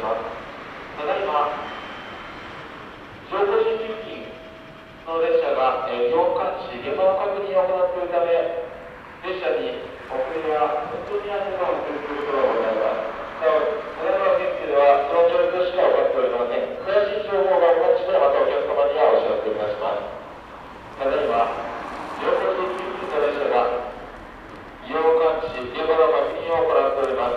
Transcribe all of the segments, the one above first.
ます。ただいま、上皇新付近の列車が要監視、現場の確認を行っているため、列車に遅れや運転見合わせが発生することがございます。ただいま現地ではその状況しか分かっておりません。詳しい情報がお待ちでまたお客様にはお知らせいたします。ただいま、上皇新付近の列車が要監視、現場の確認を行っております。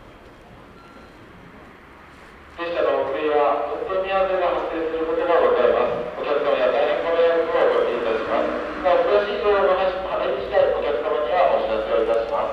列車の遅れや運転見合わせが発生することがございます。お客様には大変ご迷惑をおかけいたします。なお、詳しい情報が入り次第お客様にはお知らせをいたします。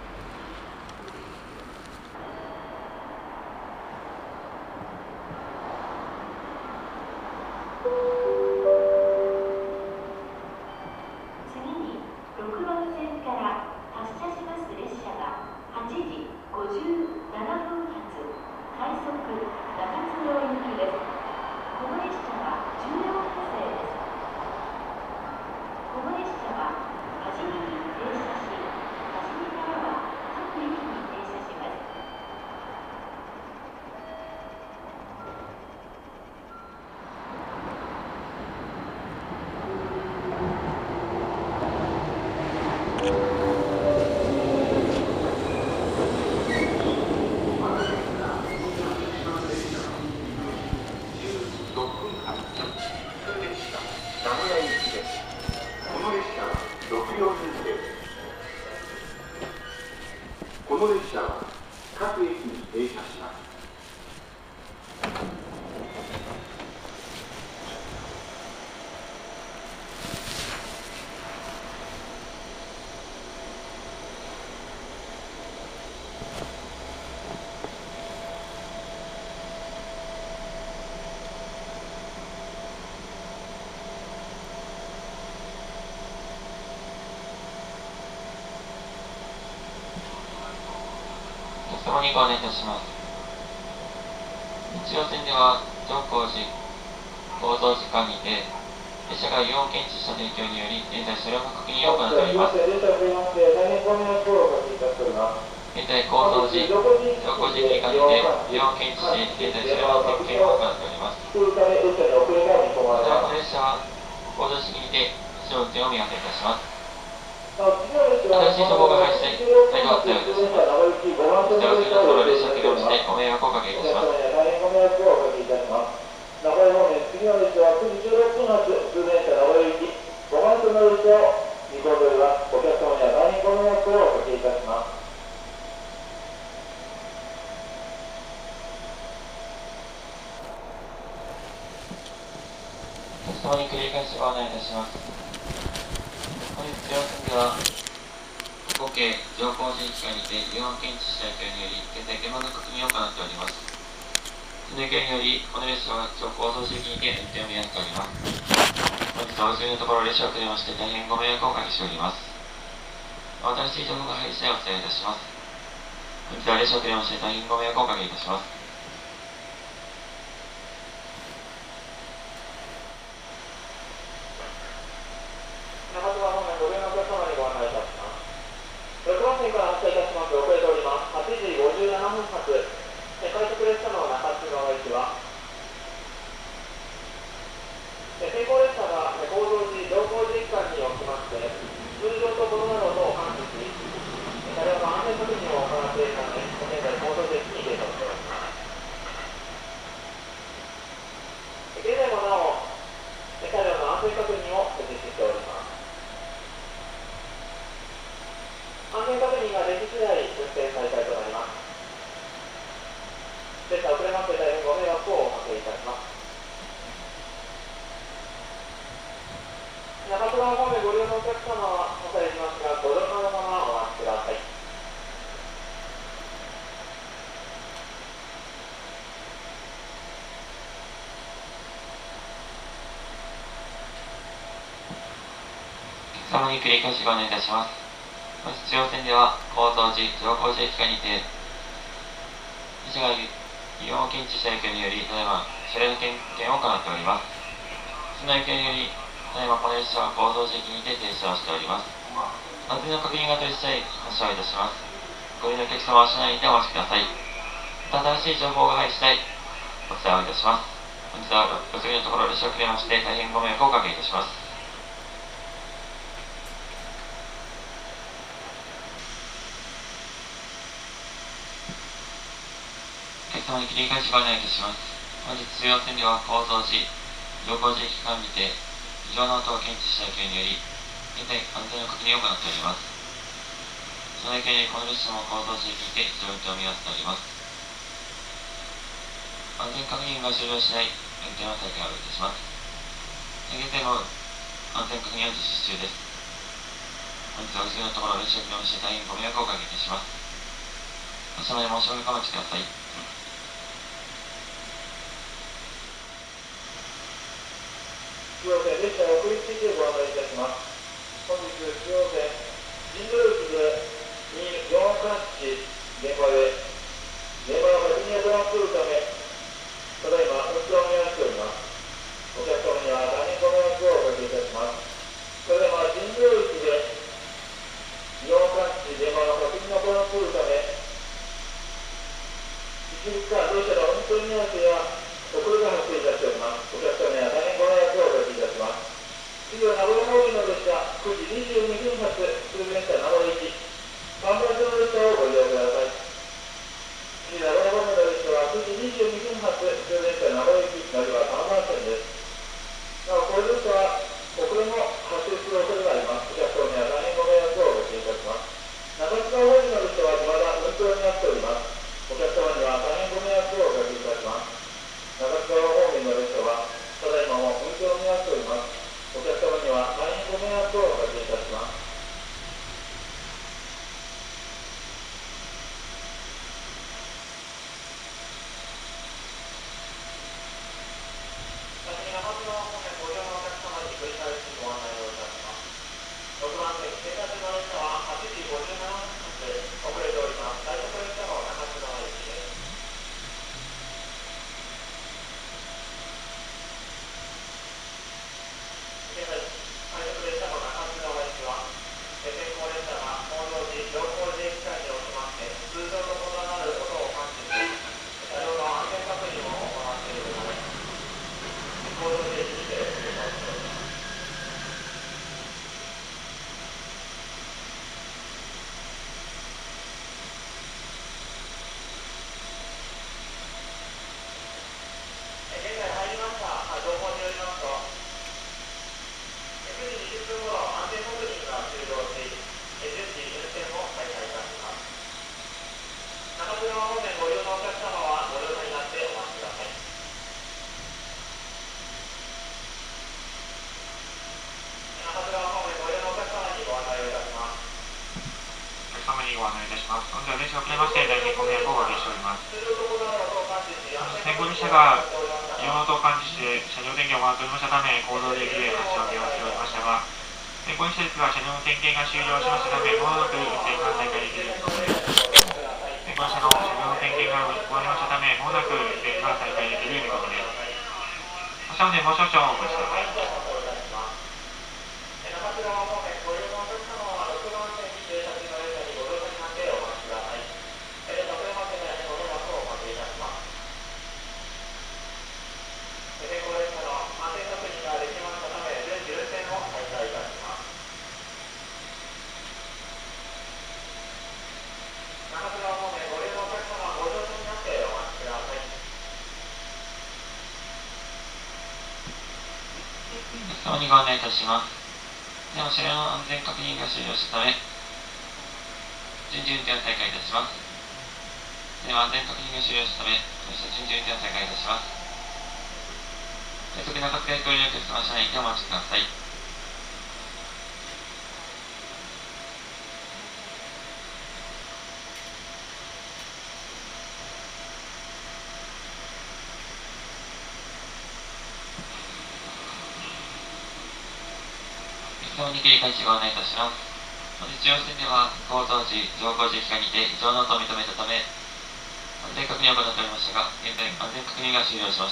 次に6番線から発車します列車が8時57分発快速中津路行きです。この列車は14編成です。この列車は多治見に停車し、多治見からは各駅に停車します。 この列車は各駅に停車します。 お客様にご案内いたします。日曜線では乗降時、構造時間にて列車が異音検知した影響により現在車両の確認を行っております。現在構造時、乗降時期間にて異音検知し現在車両の点検を行っております。こちらの列車は構造時期にて一度運転を見合わせいたします。新しい情報が入り次第再度お伝えいたします。お伝えのところ列車を利用してご迷惑をおかけいたします。 名古屋方面、次の列車は9時16分発通電車名古屋行き5番線の列車を見込んでおります。お客様には大変ご迷惑をおかけいたします。 お客様に繰り返しご案内いたします。本日両線では合計乗降時期間にて異音検知した影響により現在現場の確認を行っております。その影響によりこの列車は乗降装置にて運転を見合わせております。本日はお急ぎのところ列車を遅れまして大変ご迷惑をおかけしております。新しい情報が入り次第お伝えいたします。本日は列車を遅れまして大変ご迷惑をおかけいたします。 中島方面ご利用のお客様にご案内いたします。6番線から発車いたします。遅れております。8時57分発快速列車の中津川行きは先行列車が構造時、乗降時間におきまして通常と異なる音を感知し車両の安全確認を行っているため現在構造時に停車しております。現在もなお車両の安全確認を実施しております。安全確認ができ次第運転再開となります。列車遅れまして大変ご迷惑をおかけいたします。中津川方面ご利用のお客様はおされしますがご乗車のままお待ちください。 お客様に繰り返しご案内いたします。本日中央線では構造時、乗降時期間にて列車が異音を検知した影響により、ただいま車両の点検を行っております。その影響により、ただいまこの列車は構造時期にて停車をしております。安全の確認が取り次第発車をいたします。ご利用のお客様は車内にてお待ちください。 新しい情報が入り次第お伝えをいたします。本日はお次のところ列車を遅れまして大変ご迷惑をおかけいたします。お客様に切り返しご案内いたします。本日中央線では構造時、乗降時期間にて異常な音を検知した影響により現在安全の確認を行っております。その影響によりこの列車も構造時にて非常運転を見合わせております。安全確認が終了しない運転を再開をいたします。現在も安全確認を実施中です。本日はお急ぎのところ列車を遅れまして大変ご迷惑をおかけいたします。発車まで申し訳お待ちください。 中央線列車を送りついてご案内いたします。本日中央線神宮駅で2481現場の確認を行っているためただいま運転を見合わせております。お客様には大変ご迷惑をおかけいたします。それでは神宮駅で2481現場の確認を行っているため一日間列車の運転見合わせや遅れが発生いたしております。お客様には大変ご迷惑をおかけいたします。次は名古屋方面の列車9時22分発普通電車名古屋行き3番線の列車をご利用ください。次名古屋方面の列車は9時22分発普通電車名古屋行きなりは3番線です。なおこれ列車は遅れも発生する恐れがあります。お客様には大変ご迷惑をおかけいたします。中津川方面の列車は未だ運転を見合わせております。お客様には大変ご迷惑をおかけいたします。中津川方面の列車はただいまも運転を見合わせております。お客様には大変ご迷惑をおかけいたします。先に中津川方面ご利用のお客様に繰り返しご案内をいたします。6番線警察の列車は8時57分発遅れております。快速列車の中津川行きです。現在快速列車の中津川行きは先行列車が本能寺乗降時駅間におきまして通常と異なる音を感知し車両の安全確認を行っているため本能寺駅にて停車をしております。現在入りました情報によりますと9時20分ごろ安全確認が終了し順次運転を再開いたします。中津川方面ご利用のお客様はご乗車になってお待ちください。中津川方面ご利用のお客様にご案内をいたします。 お客様にご案内いたします。本日は列車遅れまして大変ご迷惑をおかけしております。 通常と異なる音を感知し安全先行確認を列車が行っておりました異常な音を感知して車両点検を行っておりましたため構造的で発車を見合わせておりましたが先行列車ですが車両の点検が終了しましたためまもなく運転が再開できる見込みです。先行車の車両の点検が終わりましたためまもなく運転が再開できる見込みです。発車までもう少々お待ちください。 中津川方面ご利用のお客様は6番線に停車中の列車にご乗車になってお待ちください。列車遅れまして大変ご迷惑をおかけいたします。先行列車の安全確認ができましたため順次運転を再開いたします。中津川方面ご利用のお客様ご乗車になってお待ちください。 お客様にご案内いたします。では車両の安全確認が終了したため順次運転を再開いたします。では安全確認が終了したため順次運転を再開いたします。快速中津川駅ご利用のお客様車内にてお待ちください。お客様に繰り返しご案内いたします。本日中央線では構造時乗降時期間にて異常な音を認めたため安全確認を行っておりましたが現在安全確認が終了しました。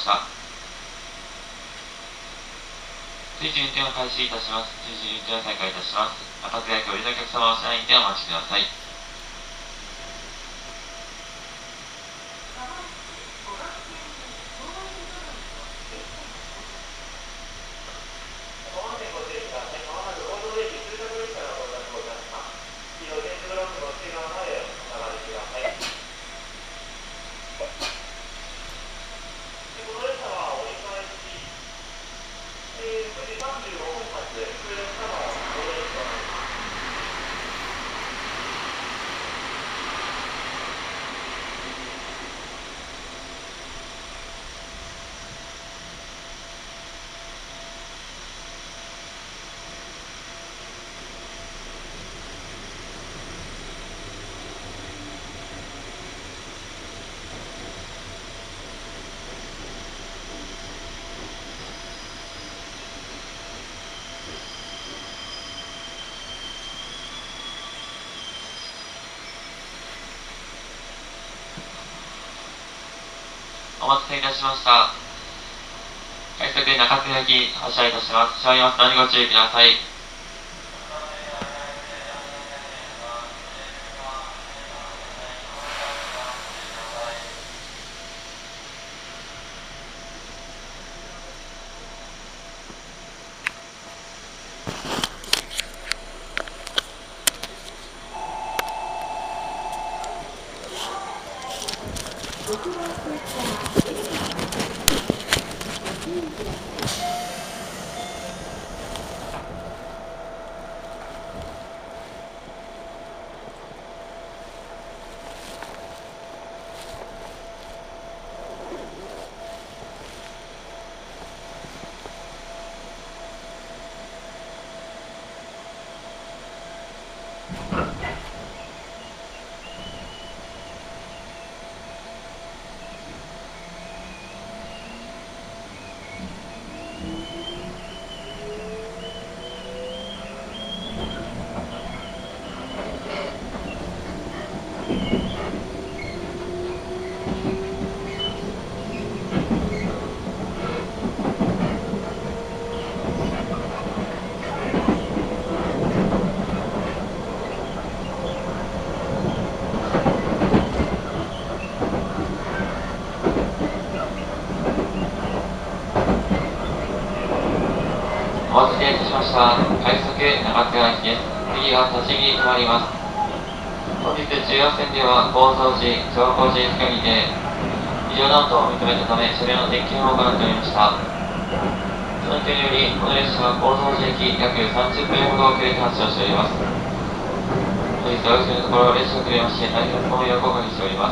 随時運転を開始いたします。随時運転を再開いたします。中津川駅お降りのお客様は車内にてお待ちください。 お待たせいたしました。快速中津行き発車いたします。閉まりますのでご注意ください。お待たせいたしました。快速中津川駅です。次は栃木に停まります。本日中央線では構造時、乗降時付近にて異常な音を認めたため車両の点検を行っておりました。その点により、この列車は構造時駅約30分ほど遅れて発車しております。本日はお急ぎのところ列車遅れまして大変ご迷惑をおかけしております。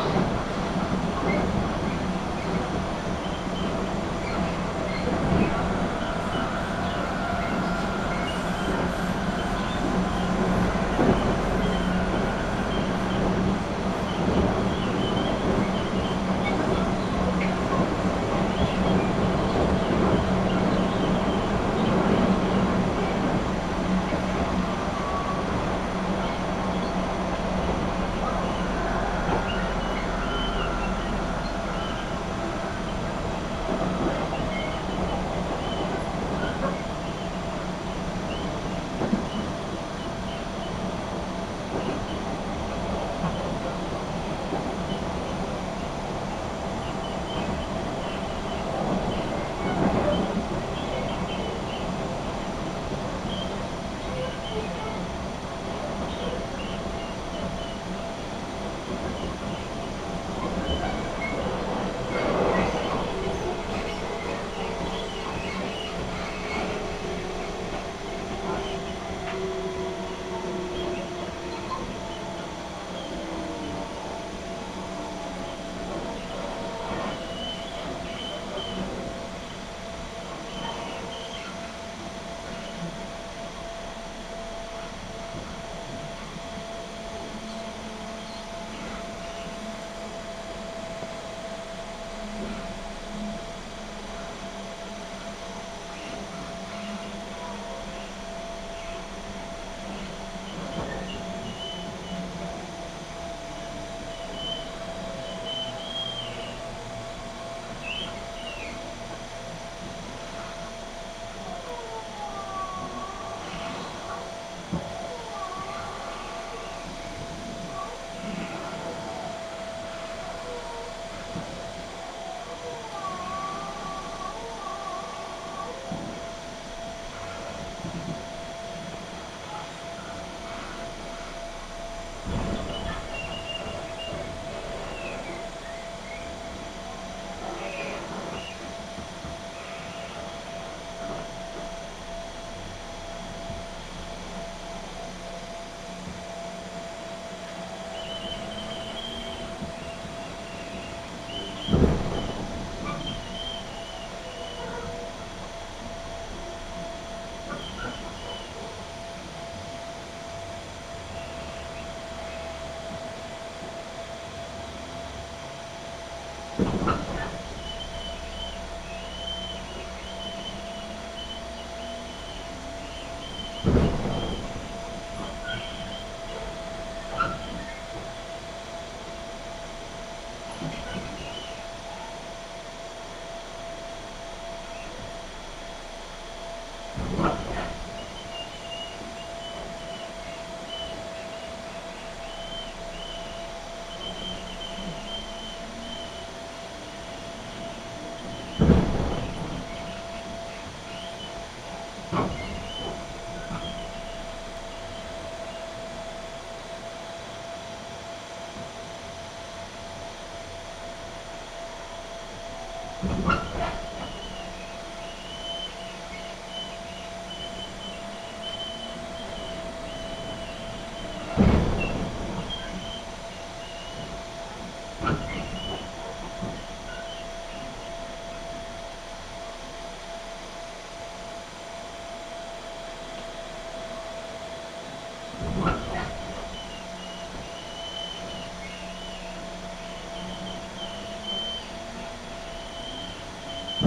お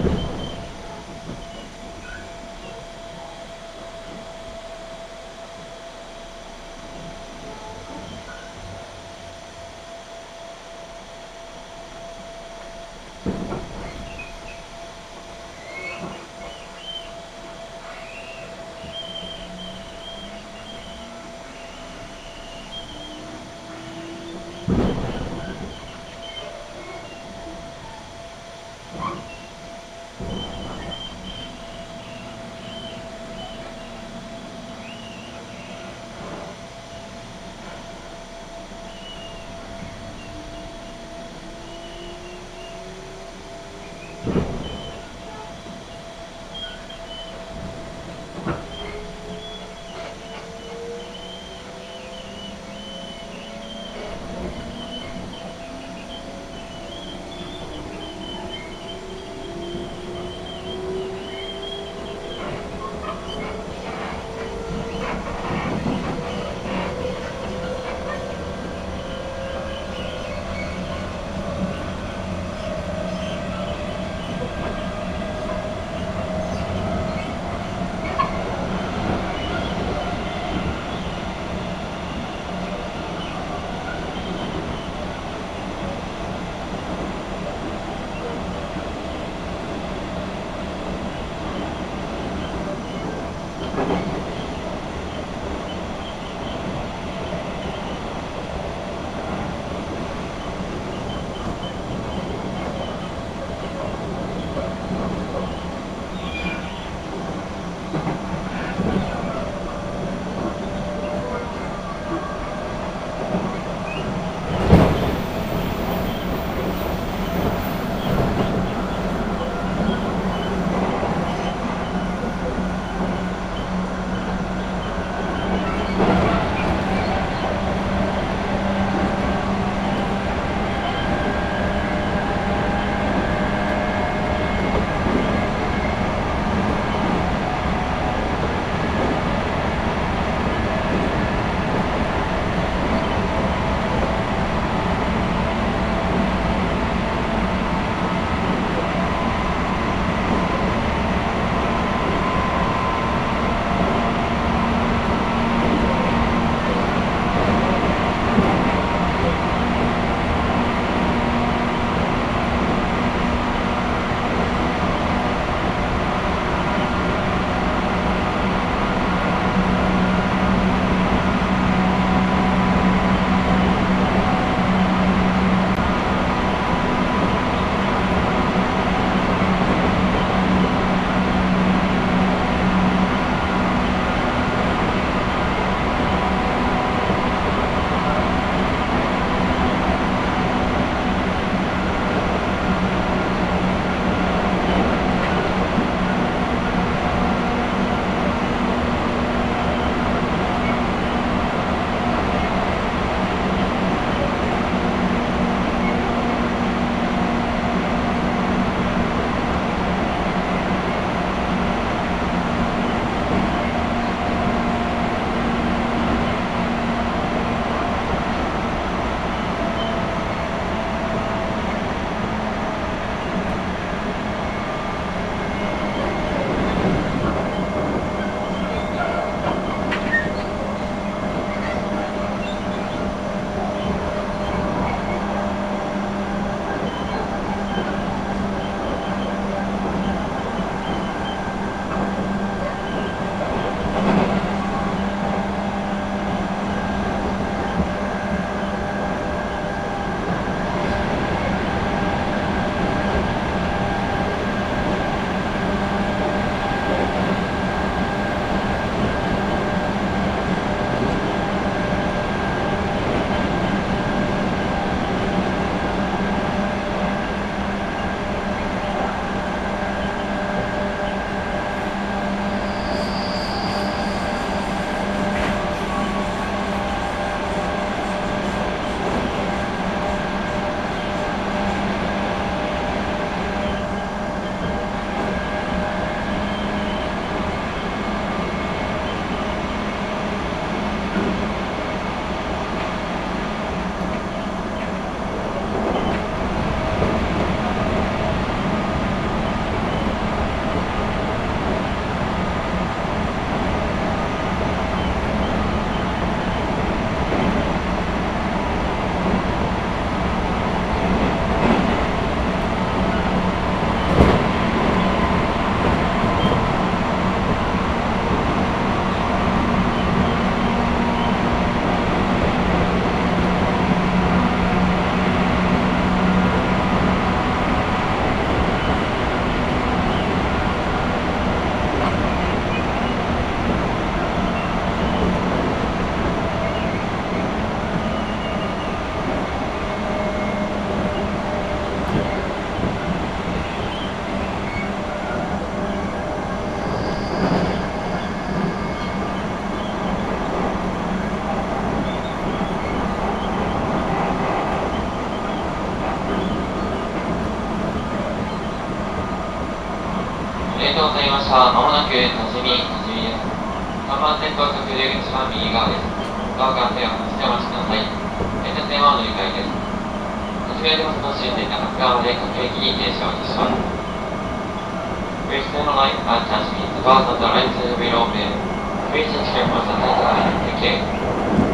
りがとうございました。まもなく多治見です。看板線到着出口は右側です。ドアから手を離してお待ちください。電車線はお乗り換えです。多治見駅バスの終点中津川まで各駅に停車を実施します。Please turn right at Tashmi. The doors on the right side will open. Please change careful the Thank you.